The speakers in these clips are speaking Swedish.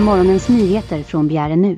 morgonens nyheter från Bjäre nu.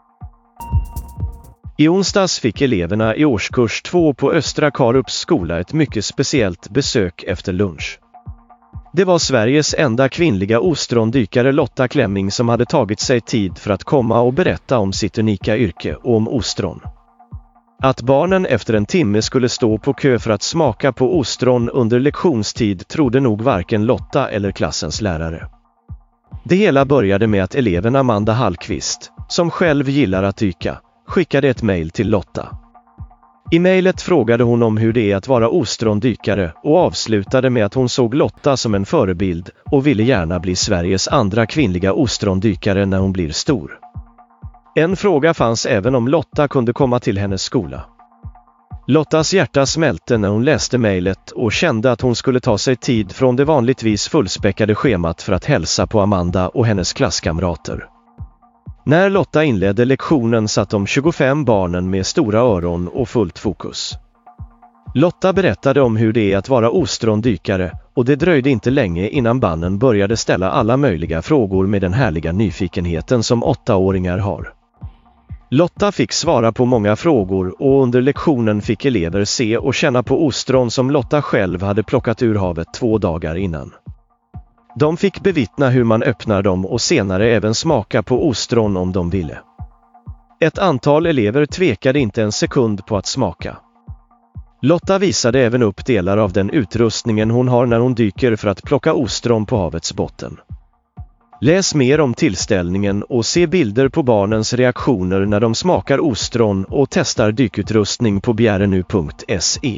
I onsdags fick eleverna i årskurs 2 på Östra Karups skola ett mycket speciellt besök efter lunch. Det var Sveriges enda kvinnliga ostrondykare Lotta Klemming som hade tagit sig tid för att komma och berätta om sitt unika yrke och om ostron. Att barnen efter en timme skulle stå på kö för att smaka på ostron under lektionstid trodde nog varken Lotta eller klassens lärare. Det hela började med att eleven Amanda Hallqvist, som själv gillar att dyka, skickade ett mejl till Lotta. I mejlet frågade hon om hur det är att vara ostrondykare och avslutade med att hon såg Lotta som en förebild och ville gärna bli Sveriges andra kvinnliga ostrondykare när hon blir stor. En fråga fanns även om Lotta kunde komma till hennes skola. Lottas hjärta smälte när hon läste mejlet och kände att hon skulle ta sig tid från det vanligtvis fullspäckade schemat för att hälsa på Amanda och hennes klasskamrater. När Lotta inledde lektionen satt de 25 barnen med stora öron och fullt fokus. Lotta berättade om hur det är att vara ostrondykare och det dröjde inte länge innan barnen började ställa alla möjliga frågor med den härliga nyfikenheten som 8-åringar har. Lotta fick svara på många frågor och under lektionen fick elever se och känna på ostron som Lotta själv hade plockat ur havet 2 dagar innan. De fick bevittna hur man öppnar dem och senare även smaka på ostron om de ville. Ett antal elever tvekade inte en sekund på att smaka. Lotta visade även upp delar av den utrustningen hon har när hon dyker för att plocka ostron på havets botten. Läs mer om tillställningen och se bilder på barnens reaktioner när de smakar ostron och testar dykutrustning på bjarenu.se.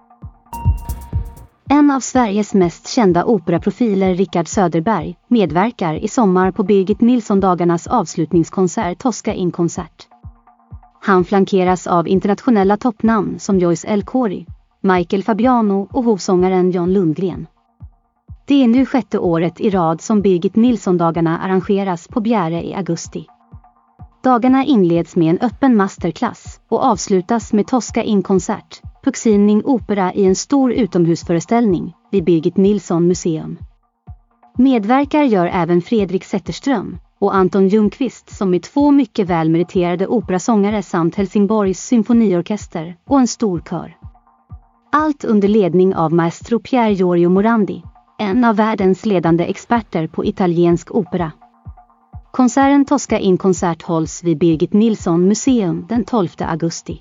En av Sveriges mest kända operaprofiler, Rickard Söderberg, medverkar i sommar på Birgit Nilsson-dagarnas avslutningskonsert Tosca in Concert. Han flankeras av internationella toppnamn som Joyce L. Corey, Michael Fabiano och hovsångaren John Lundgren. Det är nu 6:e året i rad som Birgit Nilsson-dagarna arrangeras på Bjäre i augusti. Dagarna inleds med en öppen masterclass och avslutas med Tosca in Concert, Puccini opera i en stor utomhusföreställning vid Birgit Nilsson museum. Medverkar gör även Fredrik Zetterström och Anton Ljungqvist som är 2 mycket välmeriterade operasångare samt Helsingborgs symfoniorkester och en stor kör. Allt under ledning av maestro Pier Giorgio Morandi, en av världens ledande experter på italiensk opera. Konserten Tosca in Concert hålls vid Birgit Nilsson museum den 12 augusti.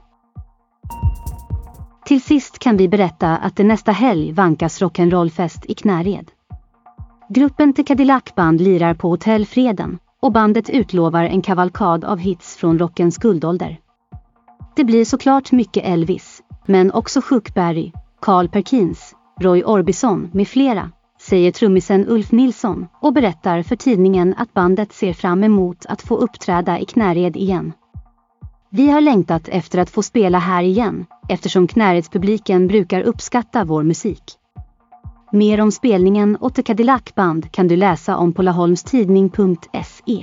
Till sist kan vi berätta att det nästa helg vankas rock'n'rollfest i Knäred. Gruppen The Cadillac Band lirar på Hotell Freden och bandet utlovar en kavalkad av hits från rockens guldålder. Det blir såklart mycket Elvis, men också Chuck Berry, Carl Perkins, Roy Orbison med flera, säger trummisen Ulf Nilsson och berättar för tidningen att bandet ser fram emot att få uppträda i Knäred igen. Vi har längtat efter att få spela här igen, eftersom Knäreds-publiken brukar uppskatta vår musik. Mer om spelningen och The Cadillac Band kan du läsa om på laholmstidning.se.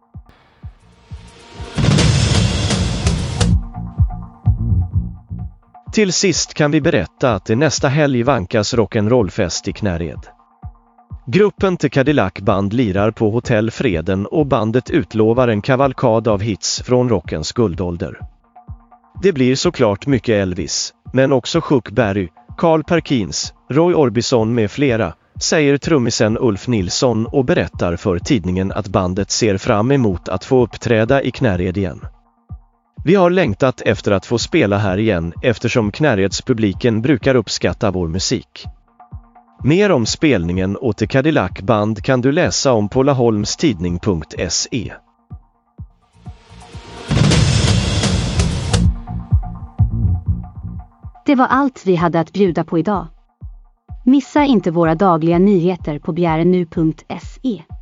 Till sist kan vi berätta att det nästa helg vankas rock'n'rollfest i Knäred. Gruppen The Cadillac Band lirar på Hotell Freden och bandet utlovar en kavalkad av hits från rockens guldålder. Det blir såklart mycket Elvis, men också Chuck Berry, Carl Perkins, Roy Orbison med flera, säger trummisen Ulf Nilsson och berättar för tidningen att bandet ser fram emot att få uppträda i Knäred igen. Vi har längtat efter att få spela här igen eftersom Knäredspubliken brukar uppskatta vår musik. Mer om spelningen och The Cadillac Band kan du läsa om på laholmstidning.se. Det var allt vi hade att bjuda på idag. Missa inte våra dagliga nyheter på bjarenu.se.